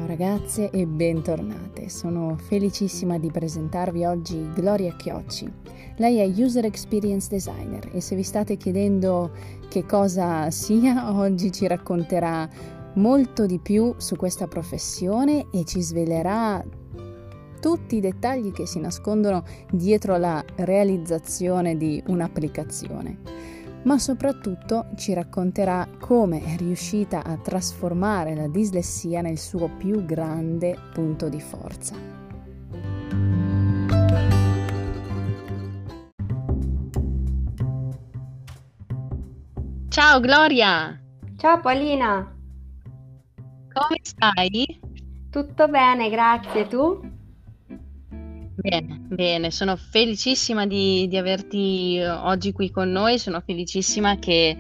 ragazze e bentornate. Sono felicissima di presentarvi oggi Gloria Chiocci. Lei è User Experience Designer e se vi state chiedendo che cosa sia, oggi ci racconterà molto di più su questa professione e ci svelerà tutti i dettagli che si nascondono dietro la realizzazione di un'applicazione. Ma soprattutto ci racconterà come è riuscita a trasformare la dislessia nel suo più grande punto di forza. Ciao Gloria! Ciao Paolina, Come stai? tutto bene, grazie. Tu? Bene, bene, sono felicissima di averti oggi qui con noi, sono felicissima che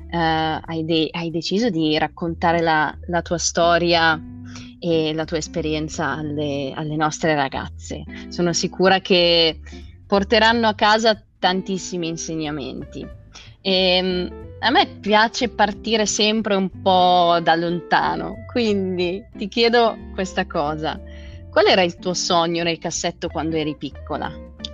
hai deciso di raccontare la tua storia e la tua esperienza alle nostre ragazze. Sono sicura che porteranno a casa tantissimi insegnamenti. A me piace partire sempre un po' da lontano, quindi ti chiedo questa cosa. Qual era il tuo sogno nel cassetto quando eri piccola?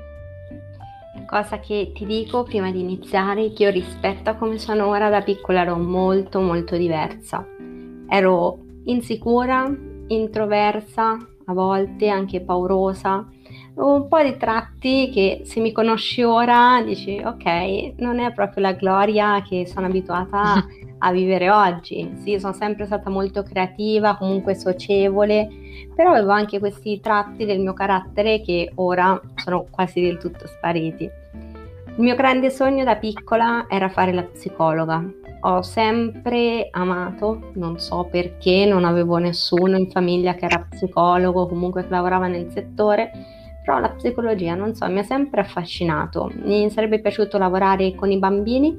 Cosa che ti dico prima di iniziare, che io rispetto a come sono ora da piccola ero molto molto diversa. Ero insicura, introversa, a volte anche paurosa. Avevo un po' di tratti che se mi conosci ora dici ok, non è proprio la Gloria che sono abituata a vivere oggi. Sì, sono sempre stata molto creativa, comunque socievole, però avevo anche questi tratti del mio carattere che ora sono quasi del tutto spariti. Il mio grande sogno da piccola era fare la psicologa. Ho sempre amato, non so perché, non avevo nessuno in famiglia che era psicologo, comunque che lavorava nel settore, però la psicologia, non so, mi ha sempre affascinato. Mi sarebbe piaciuto lavorare con i bambini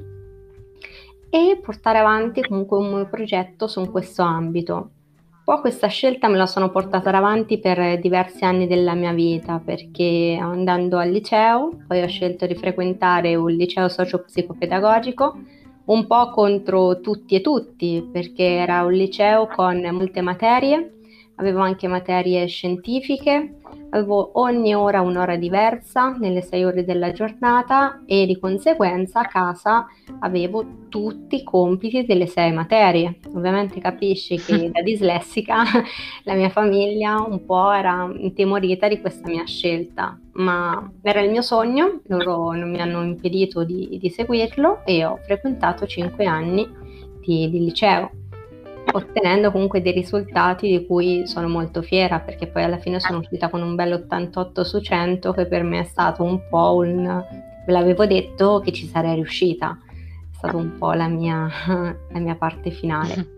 e portare avanti comunque un mio progetto su questo ambito. Poi questa scelta me la sono portata avanti per diversi anni della mia vita, perché andando al liceo, poi ho scelto di frequentare un liceo socio-psicopedagogico, un po' contro tutti e tutti, perché era un liceo con molte materie, avevo anche materie scientifiche, avevo ogni ora un'ora diversa nelle 6 ore della giornata e di conseguenza a casa avevo tutti i compiti delle 6 materie. Ovviamente capisci che da dislessica la mia famiglia un po' era intimorita di questa mia scelta, ma era il mio sogno, loro non mi hanno impedito di seguirlo e ho frequentato 5 anni di liceo, ottenendo comunque dei risultati di cui sono molto fiera, perché poi alla fine sono uscita con un bel 88 su 100 che per me è stato un po' ve l'avevo detto che ci sarei riuscita, è stata un po' la mia parte finale.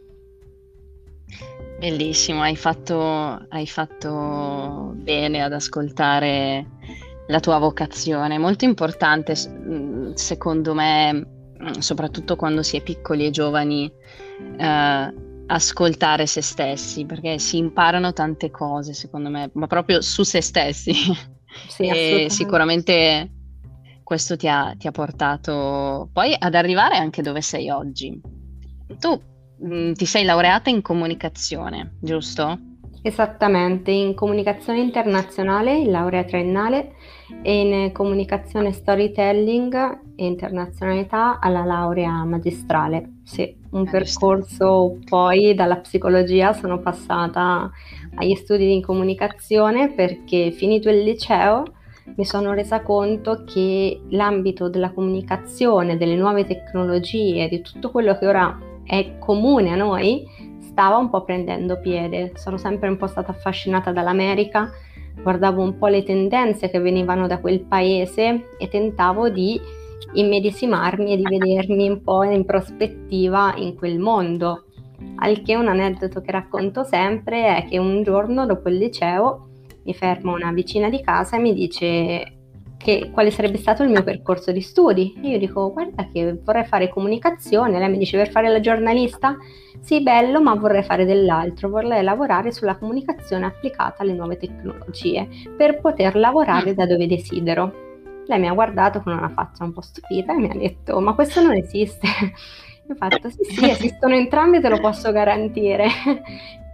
Bellissimo, hai fatto bene ad ascoltare la tua vocazione, molto importante secondo me, soprattutto quando si è piccoli e giovani, ascoltare se stessi, perché si imparano tante cose secondo me, ma proprio su se stessi. Sì, E assolutamente. sicuramente questo ti ha portato poi ad arrivare anche dove sei oggi. Tu ti sei laureata in comunicazione, giusto? Esattamente, in comunicazione internazionale, in laurea triennale e in comunicazione storytelling e internazionalità alla laurea magistrale. Sì, un percorso poi dalla psicologia sono passata agli studi di comunicazione perché finito il liceo mi sono resa conto che l'ambito della comunicazione, delle nuove tecnologie, di tutto quello che ora è comune a noi, stava un po' prendendo piede. Sono sempre un po' stata affascinata dall'America, guardavo un po' le tendenze che venivano da quel paese e tentavo di immedesimarmi e di vedermi un po' in prospettiva in quel mondo. Al che un aneddoto che racconto sempre è che un giorno dopo il liceo mi ferma una vicina di casa e mi dice quale sarebbe stato il mio percorso di studi. E io dico, guarda che vorrei fare comunicazione. Lei mi dice, per fare la giornalista? Sì, bello, ma vorrei fare dell'altro, vorrei lavorare sulla comunicazione applicata alle nuove tecnologie per poter lavorare da dove desidero. Lei mi ha guardato con una faccia un po' stupita e mi ha detto, ma questo non esiste. Io ho fatto, sì, esistono entrambi, te lo posso garantire.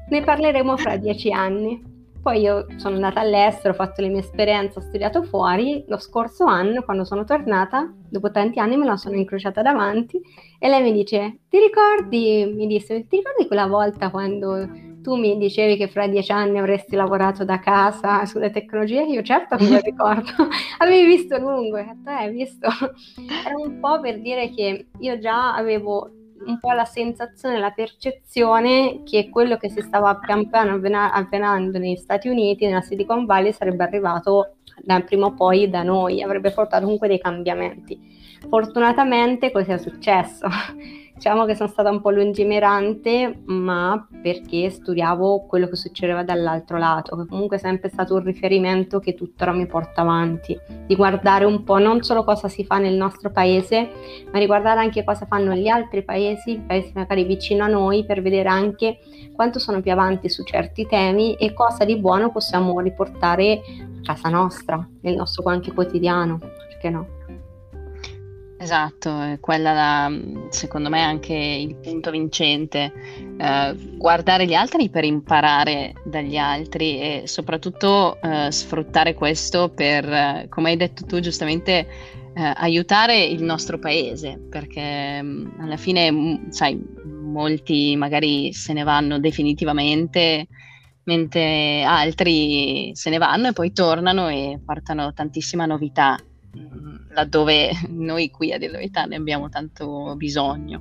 Ne parleremo fra 10 anni. Poi io sono andata all'estero, ho fatto le mie esperienze, ho studiato fuori. Lo scorso anno, quando sono tornata, dopo tanti anni me la sono incrociata davanti e lei mi dice, mi disse, ti ricordi quella volta quando tu mi dicevi che fra 10 anni avresti lavorato da casa sulle tecnologie? Io certo me lo ricordo. Avevi visto lungo? Ho detto, visto. Era un po' per dire che io già avevo un po' la sensazione, la percezione che quello che si stava pian piano avvenendo negli Stati Uniti, nella Silicon Valley, sarebbe arrivato prima o poi da noi, avrebbe portato comunque dei cambiamenti. Fortunatamente così è successo. Diciamo che sono stata un po' lungimirante, ma perché studiavo quello che succedeva dall'altro lato, che comunque è sempre stato un riferimento che tuttora mi porta avanti, di guardare un po' non solo cosa si fa nel nostro paese, ma riguardare anche cosa fanno gli altri paesi magari vicino a noi, per vedere anche quanto sono più avanti su certi temi e cosa di buono possiamo riportare a casa nostra, nel nostro anche quotidiano, perché no? Esatto, è secondo me anche il punto vincente, guardare gli altri per imparare dagli altri e soprattutto sfruttare questo per, come hai detto tu giustamente, aiutare il nostro paese, perché alla fine, sai, molti magari se ne vanno definitivamente, mentre altri se ne vanno e poi tornano e portano tantissima novità, laddove noi qui a dire la verità ne abbiamo tanto bisogno.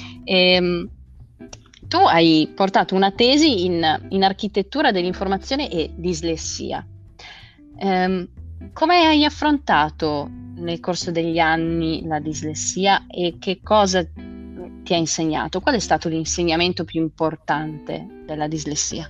Tu hai portato una tesi in architettura dell'informazione e dislessia. Come hai affrontato nel corso degli anni la dislessia e che cosa ti ha insegnato? Qual è stato l'insegnamento più importante della dislessia?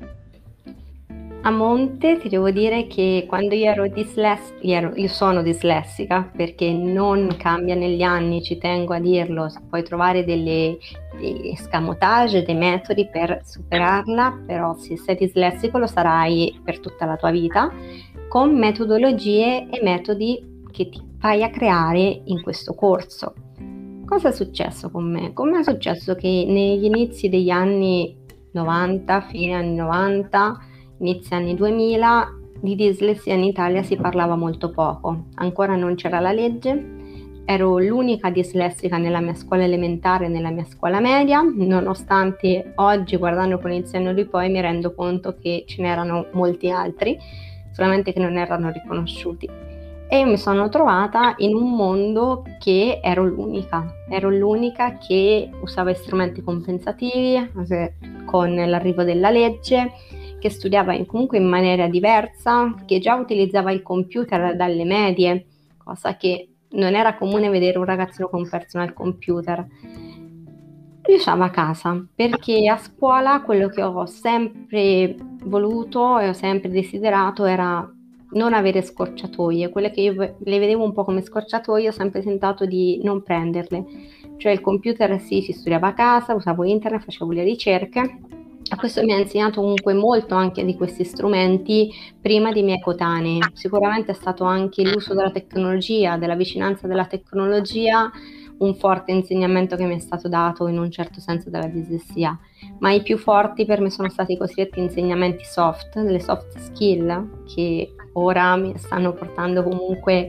A monte ti devo dire che quando io ero io sono dislessica, perché non cambia negli anni, ci tengo a dirlo, puoi trovare degli escamotage, dei metodi per superarla, però se sei dislessico lo sarai per tutta la tua vita, con metodologie e metodi che ti vai a creare in questo corso. Cosa è successo con me? Con me è successo che negli inizi degli anni 90, fine anni 90, inizio anni 2000, di dislessia in Italia si parlava molto poco, ancora non c'era la legge, ero l'unica dislessica nella mia scuola elementare e nella mia scuola media, nonostante oggi, guardando con il senno di poi, mi rendo conto che ce n'erano molti altri, solamente che non erano riconosciuti. E io mi sono trovata in un mondo che ero l'unica che usava strumenti compensativi con l'arrivo della legge, che studiava comunque in maniera diversa, che già utilizzava il computer dalle medie, cosa che non era comune vedere un ragazzino con personal computer. Riusciamo a casa, perché a scuola quello che ho sempre voluto e ho sempre desiderato era non avere scorciatoie, quelle che io le vedevo un po' come scorciatoie, ho sempre tentato di non prenderle, cioè il computer sì, si studiava a casa, usavo internet, facevo le ricerche, e questo mi ha insegnato comunque molto anche di questi strumenti prima di miei coetanei. Sicuramente è stato anche l'uso della tecnologia, della vicinanza della tecnologia, un forte insegnamento che mi è stato dato in un certo senso dalla dislessia, ma i più forti per me sono stati i cosiddetti insegnamenti soft, delle soft skill, che ora mi stanno portando comunque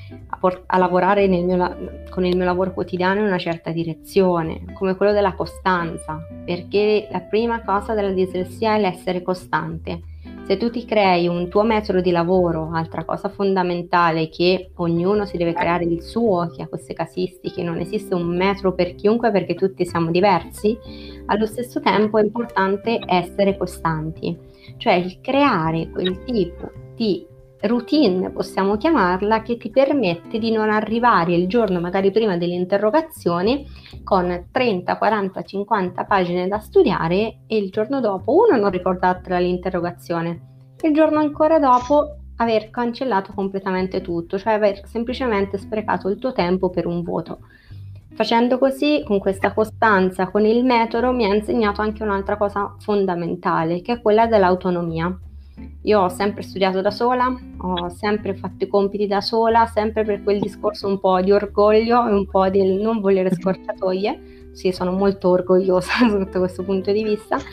a lavorare con il mio lavoro quotidiano in una certa direzione, come quello della costanza, perché la prima cosa della dislessia è l'essere costante. Se tu ti crei un tuo metodo di lavoro, altra cosa fondamentale, che ognuno si deve creare il suo, che ha queste casistiche, non esiste un metodo per chiunque perché tutti siamo diversi, allo stesso tempo è importante essere costanti, cioè il creare quel tipo di routine, possiamo chiamarla, che ti permette di non arrivare il giorno magari prima dell'interrogazione con 30, 40, 50 pagine da studiare e il giorno dopo non ricordartela l'interrogazione, il giorno ancora dopo aver cancellato completamente tutto, cioè aver semplicemente sprecato il tuo tempo per un voto. Facendo così, con questa costanza, con il metodo, mi ha insegnato anche un'altra cosa fondamentale, che è quella dell'autonomia. Io ho sempre studiato da sola, ho sempre fatto i compiti da sola, sempre per quel discorso un po' di orgoglio e un po' del non volere scorciatoie. Sì, sono molto orgogliosa sotto questo punto di vista.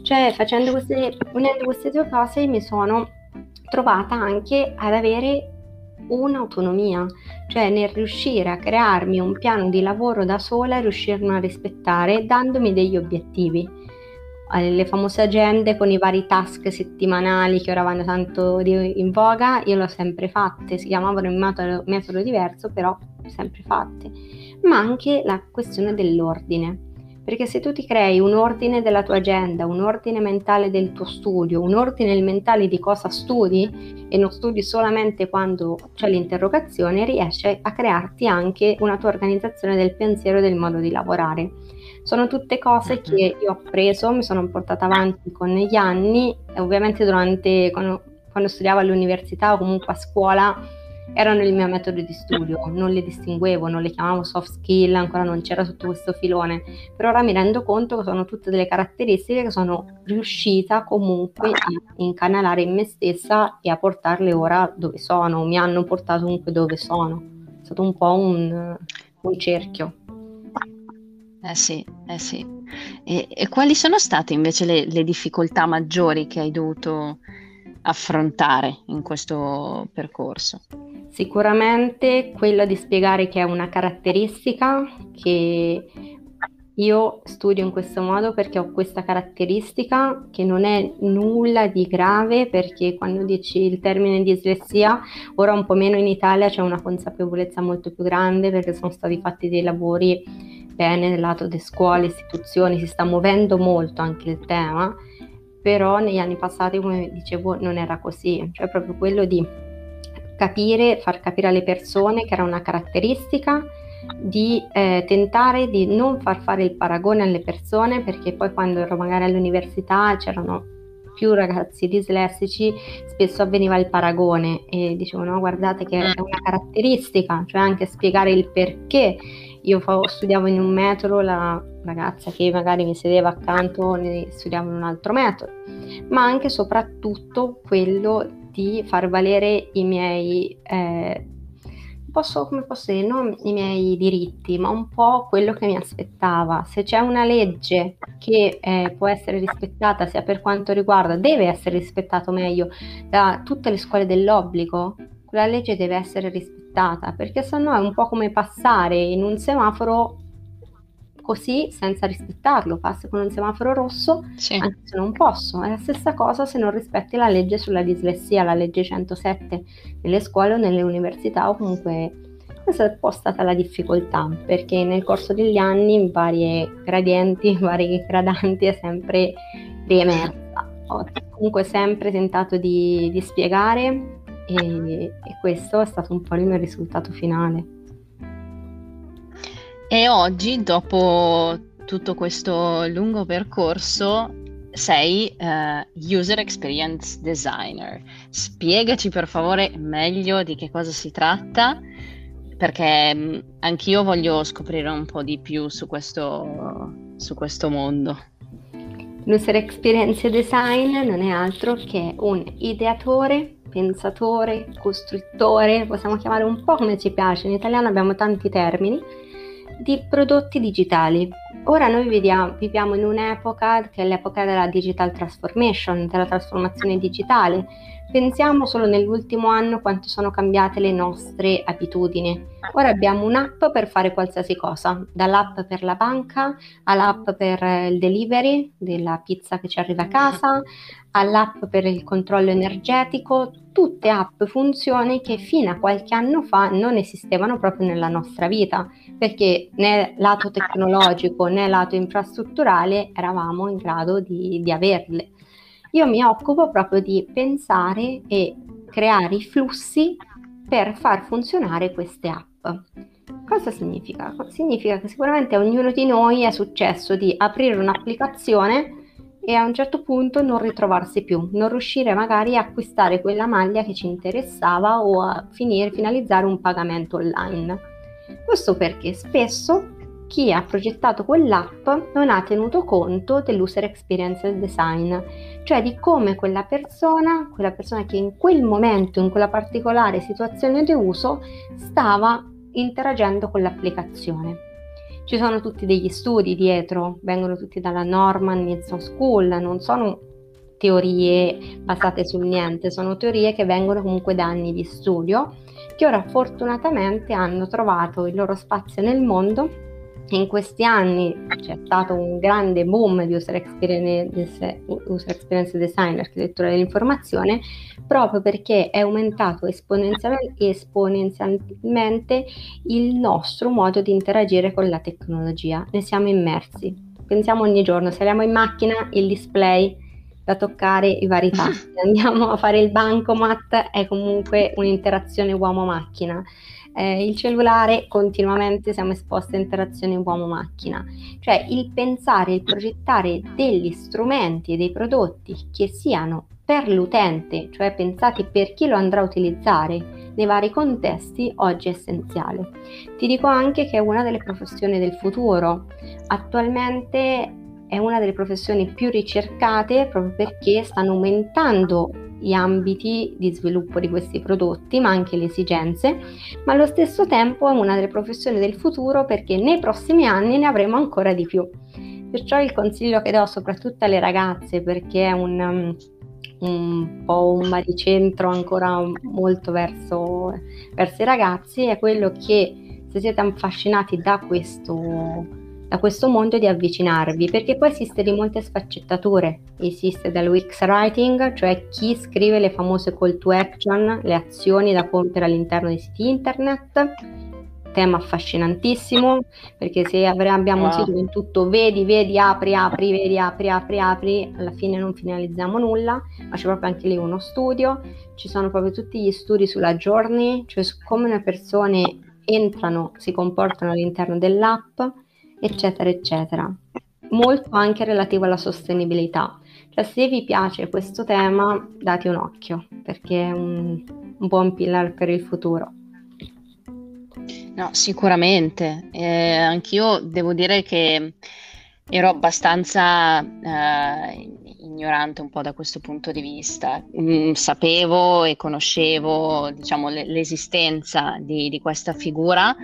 Cioè, unendo queste due cose mi sono trovata anche ad avere un'autonomia, cioè nel riuscire a crearmi un piano di lavoro da sola e riuscirlo a rispettare dandomi degli obiettivi. Le famose agende con i vari task settimanali che ora vanno tanto in voga, io le ho sempre fatte, si chiamavano in metodo diverso, però sempre fatte. Ma anche la questione dell'ordine, perché se tu ti crei un ordine della tua agenda, un ordine mentale del tuo studio, un ordine mentale di cosa studi e non studi solamente quando c'è l'interrogazione, riesci a crearti anche una tua organizzazione del pensiero e del modo di lavorare. Sono tutte cose che io ho preso, mi sono portata avanti con gli anni e ovviamente quando studiavo all'università o comunque a scuola erano il mio metodo di studio, non le distinguevo, non le chiamavo soft skill, ancora non c'era tutto questo filone, però ora mi rendo conto che sono tutte delle caratteristiche che sono riuscita comunque a incanalare in me stessa e a portarle ora dove sono, mi hanno portato comunque dove sono. È stato un po' un cerchio. Sì. E quali sono state invece le difficoltà maggiori che hai dovuto affrontare in questo percorso? Sicuramente quella di spiegare che è una caratteristica, che io studio in questo modo perché ho questa caratteristica, che non è nulla di grave, perché quando dici il termine dislessia, ora un po' meno in Italia c'è una consapevolezza molto più grande perché sono stati fatti dei lavori bene nel lato delle scuole, istituzioni, si sta muovendo molto anche il tema, però negli anni passati, come dicevo, non era così, cioè proprio quello di far capire alle persone che era una caratteristica, di tentare di non far fare il paragone alle persone, perché poi quando ero magari all'università c'erano più ragazzi dislessici, spesso avveniva il paragone e dicevano no, guardate che è una caratteristica, cioè anche spiegare il perché. Io studiavo in un metodo, la ragazza che magari mi sedeva accanto studiava in un altro metodo, ma anche soprattutto quello di far valere i miei, non i miei diritti, ma un po' quello che mi aspettava. Se c'è una legge che può essere rispettata sia per quanto riguarda, deve essere rispettato meglio da tutte le scuole dell'obbligo, quella legge deve essere rispettata, perché sennò è un po' come passare in un semaforo così senza rispettarlo, passi con un semaforo rosso, sì, anche se non posso. È la stessa cosa se non rispetti la legge sulla dislessia, la legge 107 nelle scuole o nelle università, o comunque questa è un po' stata la difficoltà, perché nel corso degli anni in varie gradienti, vari gradanti è sempre riemersa. Ho comunque sempre tentato di spiegare e questo è stato un po' il mio risultato finale. E oggi, dopo tutto questo lungo percorso, sei User Experience Designer. Spiegaci per favore meglio di che cosa si tratta, perché anch'io voglio scoprire un po' di più su questo mondo. L'User Experience Design non è altro che un ideatore, pensatore, costruttore, possiamo chiamare un po' come ci piace, in italiano abbiamo tanti termini, di prodotti digitali. Ora noi viviamo in un'epoca che è l'epoca della digital transformation, della trasformazione digitale. Pensiamo solo nell'ultimo anno quanto sono cambiate le nostre abitudini. Ora abbiamo un'app per fare qualsiasi cosa, dall'app per la banca, all'app per il delivery della pizza che ci arriva a casa, all'app per il controllo energetico, tutte app, funzioni che fino a qualche anno fa non esistevano proprio nella nostra vita, perché né lato tecnologico né lato infrastrutturale eravamo in grado di averle. Io mi occupo proprio di pensare e creare i flussi per far funzionare queste app. Cosa significa? Significa che sicuramente a ognuno di noi è successo di aprire un'applicazione e a un certo punto non ritrovarsi più, non riuscire magari a acquistare quella maglia che ci interessava o a finalizzare un pagamento online. Questo perché spesso chi ha progettato quell'app non ha tenuto conto dell'user experience design, cioè di come quella persona che in quel momento, in quella particolare situazione di uso, stava interagendo con l'applicazione. Ci sono tutti degli studi dietro, vengono tutti dalla Norman Business School, non sono teorie basate sul niente, sono teorie che vengono comunque da anni di studio, che ora fortunatamente hanno trovato il loro spazio nel mondo. In questi anni c'è stato un grande boom di user experience design, architettura dell'informazione, proprio perché è aumentato esponenzialmente il nostro modo di interagire con la tecnologia. Ne siamo immersi. Pensiamo ogni giorno, saliamo in macchina, il display da toccare, i vari tasti, andiamo a fare il bancomat, è comunque un'interazione uomo-macchina. Il cellulare, continuamente siamo esposti a interazioni uomo-macchina. Cioè il pensare, il progettare degli strumenti e dei prodotti che siano per l'utente, cioè pensati per chi lo andrà a utilizzare nei vari contesti, oggi è essenziale. Ti dico anche che è una delle professioni del futuro. Attualmente è una delle professioni più ricercate proprio perché stanno aumentando gli ambiti di sviluppo di questi prodotti, ma anche le esigenze, ma allo stesso tempo è una delle professioni del futuro perché nei prossimi anni ne avremo ancora di più. Perciò il consiglio che do soprattutto alle ragazze, perché è un po' un baricentro ancora molto verso i ragazzi, è quello che se siete affascinati da questo mondo, di avvicinarvi, perché poi esiste di molte sfaccettature. Esiste dall'UX writing, cioè chi scrive le famose call to action, le azioni da compiere all'interno dei siti internet, tema affascinantissimo, perché se abbiamo un sito con tutto vedi, apri, apri, alla fine non finalizziamo nulla, ma c'è proprio anche lì uno studio, ci sono proprio tutti gli studi sulla journey, cioè su come le persone entrano, si comportano all'interno dell'app, eccetera eccetera, molto anche relativo alla sostenibilità. Cioè se vi piace questo tema date un occhio, perché è un buon pillar per il futuro. No, sicuramente. Anch'io devo dire che ero abbastanza ignorante un po' da questo punto di vista. Sapevo e conoscevo, diciamo, l'esistenza di questa figura,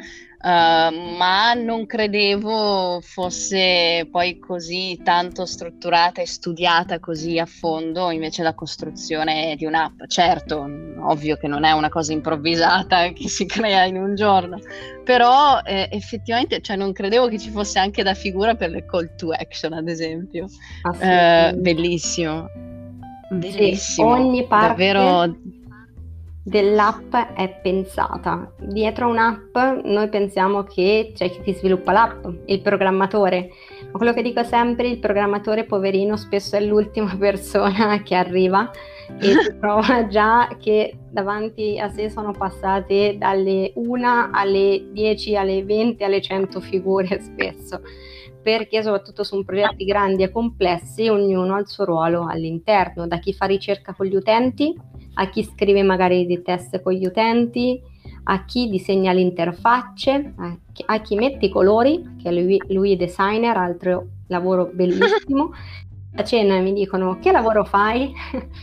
ma non credevo fosse poi così tanto strutturata e studiata così a fondo invece la costruzione di un'app. Certo, ovvio che non è una cosa improvvisata che si crea in un giorno, però effettivamente, cioè, non credevo che ci fosse anche da figura per le call to action, ad esempio. Bellissimo, bellissimo, sì, ogni parte davvero dell'app è pensata. Dietro a un'app noi pensiamo che c'è chi ti sviluppa l'app, il programmatore, ma quello che dico sempre, il programmatore poverino spesso è l'ultima persona che arriva e si trova già che davanti a sé sono passate dalle 1 alle 10 alle 20 alle 100 figure spesso, perché soprattutto su progetti grandi e complessi ognuno ha il suo ruolo all'interno, da chi fa ricerca con gli utenti, a chi scrive magari dei test con gli utenti, a chi disegna le interfacce, a chi mette i colori, che lui è designer, altro lavoro bellissimo. A cena mi dicono: che lavoro fai?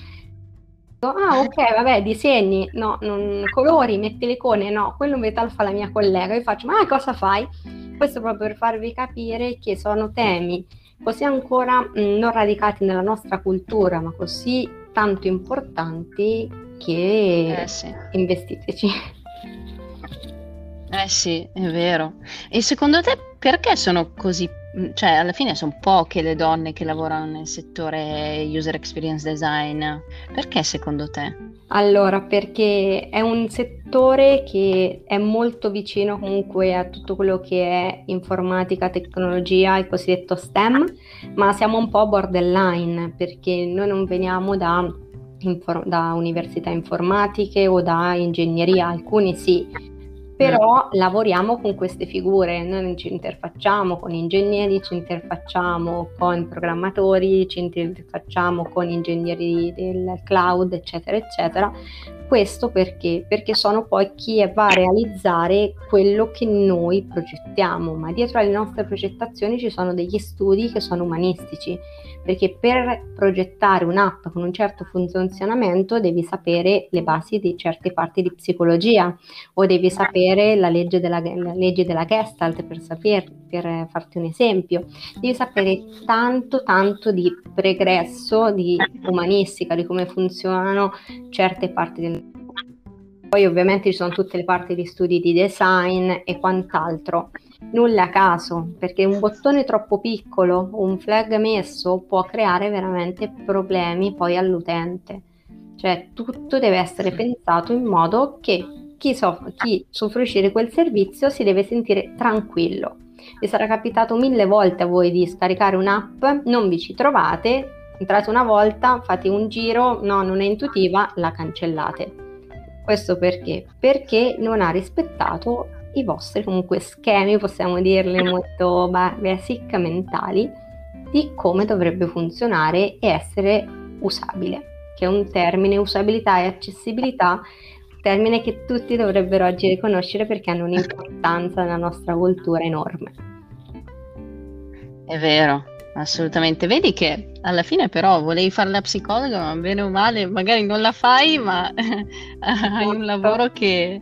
Ah, ok, vabbè, disegni, no, colori, metti le icone, no, quello in realtà lo fa la mia collega. Io faccio: ma cosa fai? Questo proprio per farvi capire che sono temi così ancora non radicati nella nostra cultura, ma così tanto importanti che sì. investiteci. Sì, è vero. E secondo te perché sono così, cioè alla fine sono poche le donne che lavorano nel settore user experience design? Perché secondo te? Allora, perché è un settore che è molto vicino comunque a tutto quello che è informatica, tecnologia, il cosiddetto STEM, ma siamo un po' borderline perché noi non veniamo da università informatiche o da ingegneria, alcuni sì, però lavoriamo con queste figure, noi ci interfacciamo con ingegneri, ci interfacciamo con programmatori, ci interfacciamo con ingegneri del cloud, eccetera, eccetera, Questo perché? Perché sono poi chi va a realizzare quello che noi progettiamo, ma dietro alle nostre progettazioni ci sono degli studi che sono umanistici, perché per progettare un'app con un certo funzionamento devi sapere le basi di certe parti di psicologia, o devi sapere la legge della Gestalt per farti un esempio. Devi sapere tanto di pregresso, di umanistica, di come funzionano certe parti del... Poi ovviamente ci sono tutte le parti di studi di design e quant'altro. Nulla a caso, perché un bottone troppo piccolo o un flag messo può creare veramente problemi poi all'utente. Cioè tutto deve essere pensato in modo che chi usufruisce di quel servizio si deve sentire tranquillo. Vi sarà capitato 1000 volte a voi di scaricare un'app, non vi ci trovate, entrate una volta, fate un giro, no, non è intuitiva, la cancellate. Questo perché? Perché non ha rispettato i vostri comunque schemi, possiamo dirli molto basic, mentali, di come dovrebbe funzionare e essere usabile, che è un termine, usabilità e accessibilità, termine che tutti dovrebbero oggi riconoscere perché hanno un'importanza nella nostra cultura enorme. È vero, assolutamente. Vedi che alla fine però volevi fare la psicologa, ma bene o male magari non la fai, ma hai un lavoro che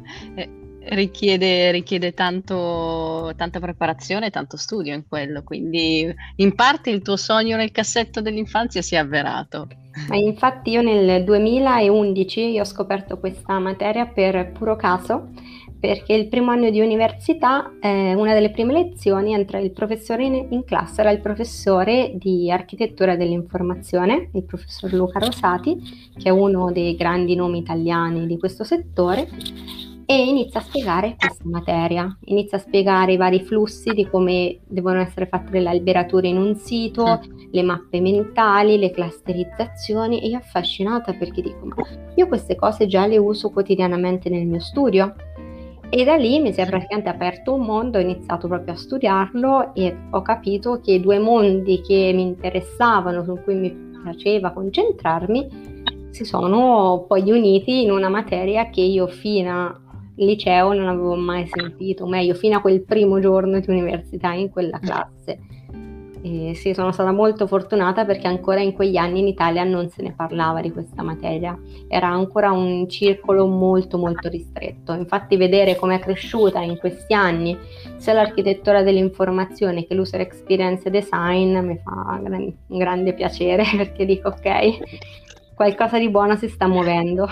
richiede tanta preparazione e tanto studio in quello, quindi in parte il tuo sogno nel cassetto dell'infanzia si è avverato. Ma infatti io nel 2011 ho scoperto questa materia per puro caso, perché il primo anno di università, una delle prime lezioni, entra il professore in classe, era il professore di architettura dell'informazione, il professor Luca Rosati, che è uno dei grandi nomi italiani di questo settore, e inizia a spiegare questa materia, inizia a spiegare i vari flussi di come devono essere fatte le alberature in un sito, le mappe mentali, le clusterizzazioni, e io affascinata perché dico, ma io queste cose già le uso quotidianamente nel mio studio. E da lì mi si è praticamente aperto un mondo, ho iniziato proprio a studiarlo e ho capito che i due mondi che mi interessavano, su cui mi piaceva concentrarmi, si sono poi uniti in una materia che io fino al liceo non avevo mai sentito, o meglio, fino a quel primo giorno di università in quella classe. E sì, sono stata molto fortunata perché ancora in quegli anni in Italia non se ne parlava di questa materia, era ancora un circolo molto ristretto. Infatti vedere come è cresciuta in questi anni sia l'architettura dell'informazione che l'user experience design mi fa un grande piacere, perché dico ok, qualcosa di buono si sta muovendo.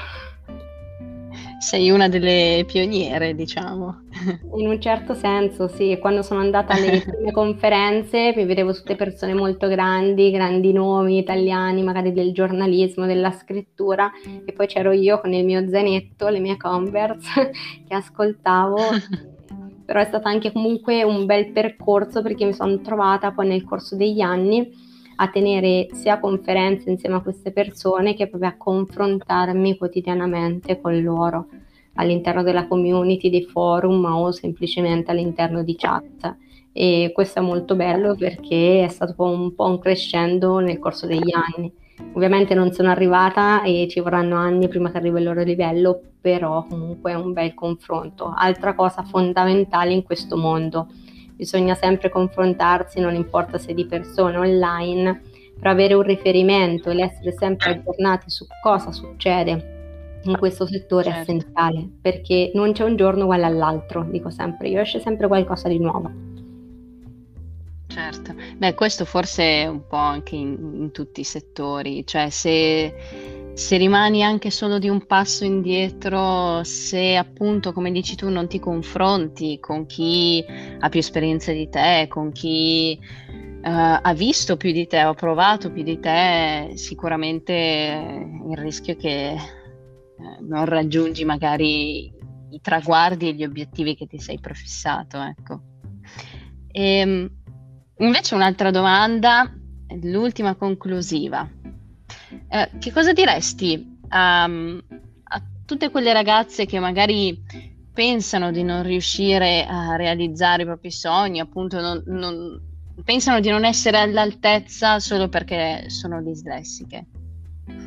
Sei una delle pioniere, diciamo. In un certo senso, sì. Quando sono andata alle prime conferenze mi vedevo tutte persone molto grandi nomi italiani, magari del giornalismo, della scrittura, e poi c'ero io con il mio zainetto, le mie Converse, che ascoltavo. Però è stato anche comunque un bel percorso, perché mi sono trovata poi nel corso degli anni a tenere sia conferenze insieme a queste persone che proprio a confrontarmi quotidianamente con loro all'interno della community, dei forum o semplicemente all'interno di chat. E questo è molto bello perché è stato un po' un crescendo nel corso degli anni. Ovviamente non sono arrivata e ci vorranno anni prima che arrivi al loro livello, però comunque è un bel confronto. Altra cosa fondamentale in questo mondo: bisogna sempre confrontarsi, non importa se di persona o online, per avere un riferimento e essere sempre aggiornati su cosa succede in questo settore. Certo. È essenziale, perché non c'è un giorno uguale all'altro, dico sempre io, esce sempre qualcosa di nuovo. Certo, beh, questo forse è un po' anche in tutti i settori, cioè se rimani anche solo di un passo indietro, se appunto, come dici tu, non ti confronti con chi ha più esperienza di te, con chi ha visto più di te, ha provato più di te, sicuramente il rischio è che non raggiungi magari i traguardi e gli obiettivi che ti sei prefissato, ecco. Invece un'altra domanda, l'ultima conclusiva. Che cosa diresti a tutte quelle ragazze che magari pensano di non riuscire a realizzare i propri sogni, appunto pensano di non essere all'altezza solo perché sono dislessiche?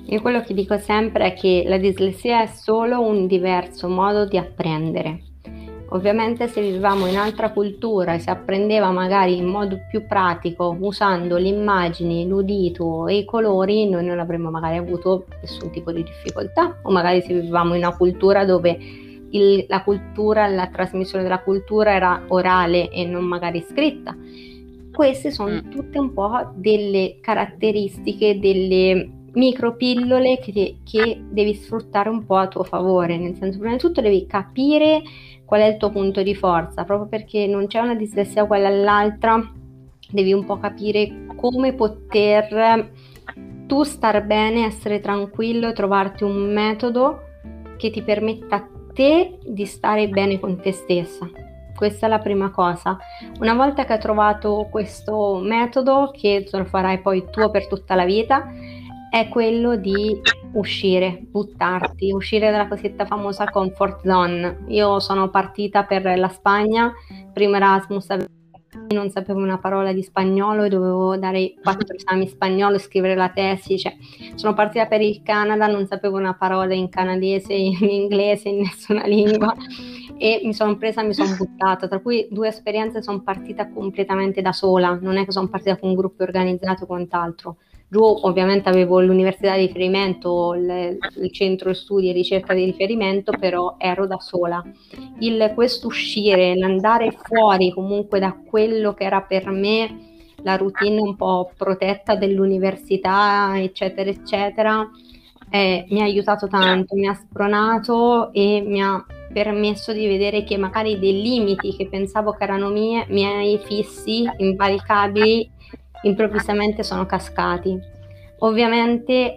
Io quello che dico sempre è che la dislessia è solo un diverso modo di apprendere. Ovviamente se vivevamo in altra cultura e si apprendeva magari in modo più pratico, usando le immagini, l'udito e i colori, noi non avremmo magari avuto nessun tipo di difficoltà, o magari se vivevamo in una cultura dove la cultura, la trasmissione della cultura era orale e non magari scritta. Queste sono tutte un po' delle caratteristiche, delle micropillole che devi sfruttare un po' a tuo favore, nel senso, prima di tutto devi capire qual è il tuo punto di forza, proprio perché non c'è una dislessia uguale all'altra, devi un po' capire come poter tu star bene, essere tranquillo e trovarti un metodo che ti permetta a te di stare bene con te stessa. Questa è la prima cosa. Una volta che hai trovato questo metodo, che lo farai poi tuo per tutta la vita, è quello di uscire, buttarti, uscire dalla cosiddetta famosa comfort zone. Io sono partita per la Spagna, primo Erasmus, non sapevo una parola di spagnolo e dovevo dare 4 esami spagnolo, scrivere la tesi, cioè sono partita per il Canada, non sapevo una parola in canadese, in inglese, in nessuna lingua, e mi sono buttata, tra cui 2 esperienze sono partita completamente da sola, non è che sono partita con un gruppo organizzato o quant'altro. Giù ovviamente avevo l'università di riferimento, il centro studi e ricerca di riferimento, però ero da sola. Questo uscire, l'andare fuori comunque da quello che era per me la routine un po' protetta dell'università, eccetera, eccetera, mi ha aiutato tanto, mi ha spronato e mi ha permesso di vedere che magari dei limiti che pensavo che erano miei fissi, invalicabili, improvvisamente sono cascati. Ovviamente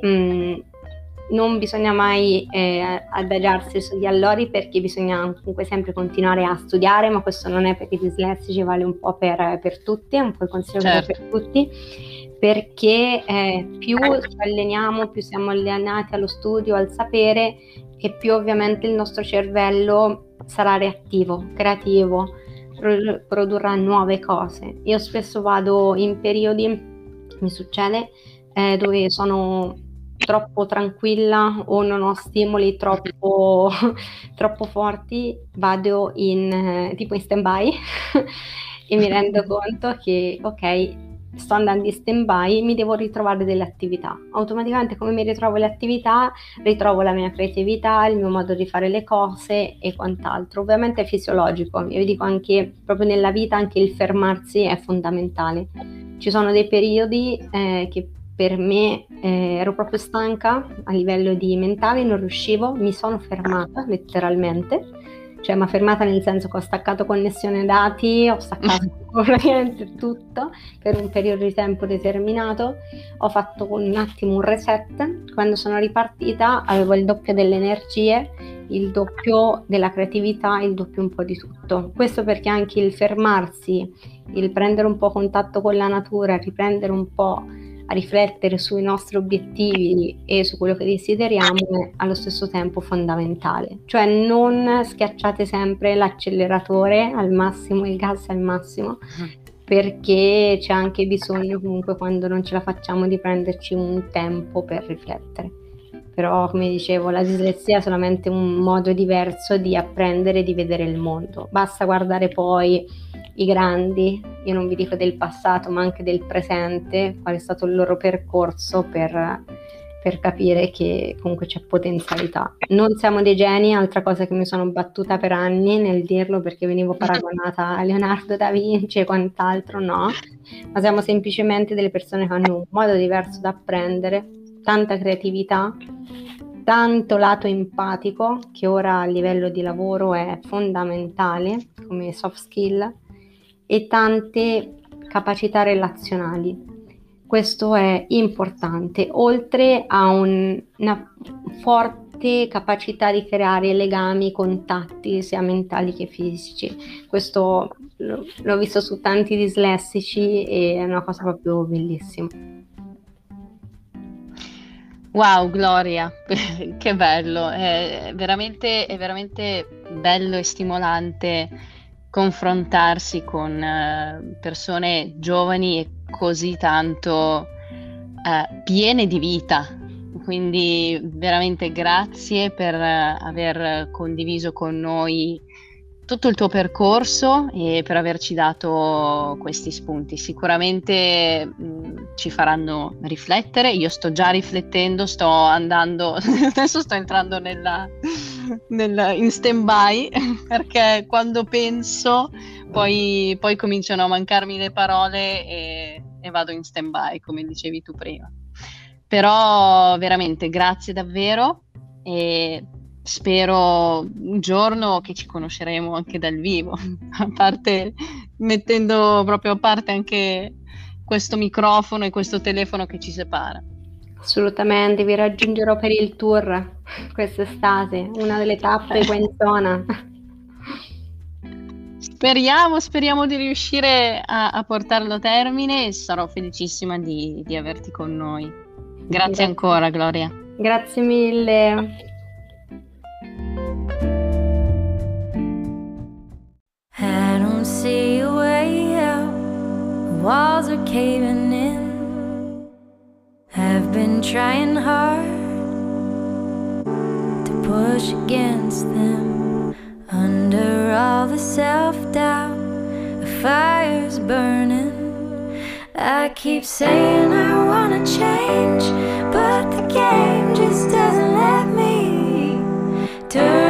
non bisogna mai adagiarsi sugli allori, perché bisogna comunque sempre continuare a studiare, ma questo non è per i dislessici, vale un po' per tutti, è un po' il consiglio per tutti, perché più ci alleniamo, più siamo allenati allo studio, al sapere, e più ovviamente il nostro cervello sarà reattivo, creativo, produrrà nuove cose. Io spesso vado in periodi, mi succede, dove sono troppo tranquilla o non ho stimoli troppo forti, vado tipo in stand-by e mi rendo conto che ok, sto andando in stand-by, mi devo ritrovare delle attività. Automaticamente, come mi ritrovo le attività, ritrovo la mia creatività, il mio modo di fare le cose e quant'altro. Ovviamente è fisiologico, io vi dico, anche proprio nella vita anche il fermarsi è fondamentale. Ci sono dei periodi che per me ero proprio stanca a livello di mentale, non riuscivo, mi sono fermata letteralmente, cioè mi ha fermata nel senso che ho staccato connessione dati, ho staccato praticamente tutto per un periodo di tempo determinato, ho fatto un attimo un reset, quando sono ripartita avevo il doppio delle energie, il doppio della creatività, il doppio un po' di tutto. Questo perché anche il fermarsi, il prendere un po' contatto con la natura, riprendere un po' a riflettere sui nostri obiettivi e su quello che desideriamo è allo stesso tempo fondamentale. Cioè non schiacciate sempre l'acceleratore al massimo, il gas al massimo, perché c'è anche bisogno comunque, quando non ce la facciamo, di prenderci un tempo per riflettere. Però, come dicevo, la dislessia è solamente un modo diverso di apprendere e di vedere il mondo. Basta guardare poi i grandi, io non vi dico del passato ma anche del presente, qual è stato il loro percorso per capire che comunque c'è potenzialità. Non siamo dei geni, altra cosa che mi sono battuta per anni nel dirlo, perché venivo paragonata a Leonardo da Vinci e quant'altro, no, ma siamo semplicemente delle persone che hanno un modo diverso da apprendere, tanta creatività, tanto lato empatico, che ora a livello di lavoro è fondamentale come soft skill, e tante capacità relazionali. Questo è importante, oltre a una forte capacità di creare legami, contatti sia mentali che fisici. Questo l'ho visto su tanti dislessici e è una cosa proprio bellissima. Wow, Gloria, che bello, è veramente bello e stimolante confrontarsi con persone giovani e così tanto piene di vita, quindi veramente grazie per aver condiviso con noi tutto il tuo percorso e per averci dato questi spunti. Sicuramente ci faranno riflettere. Io sto già riflettendo, sto andando, adesso sto entrando in stand-by perché quando penso poi cominciano a mancarmi le parole e vado in stand-by, come dicevi tu prima. Però veramente grazie davvero e spero un giorno che ci conosceremo anche dal vivo, a parte mettendo proprio a parte anche questo microfono e questo telefono che ci separa. Assolutamente, vi raggiungerò per il tour quest'estate, una delle tappe qua in zona. Speriamo di riuscire a portarlo a termine e sarò felicissima di averti con noi. Grazie ancora, Gloria. Grazie mille. I don't see a way out. The walls are caving in. I've been trying hard to push against them. Under all the self-doubt, the fire's burning. I keep saying I wanna change, but the game just doesn't let me turn.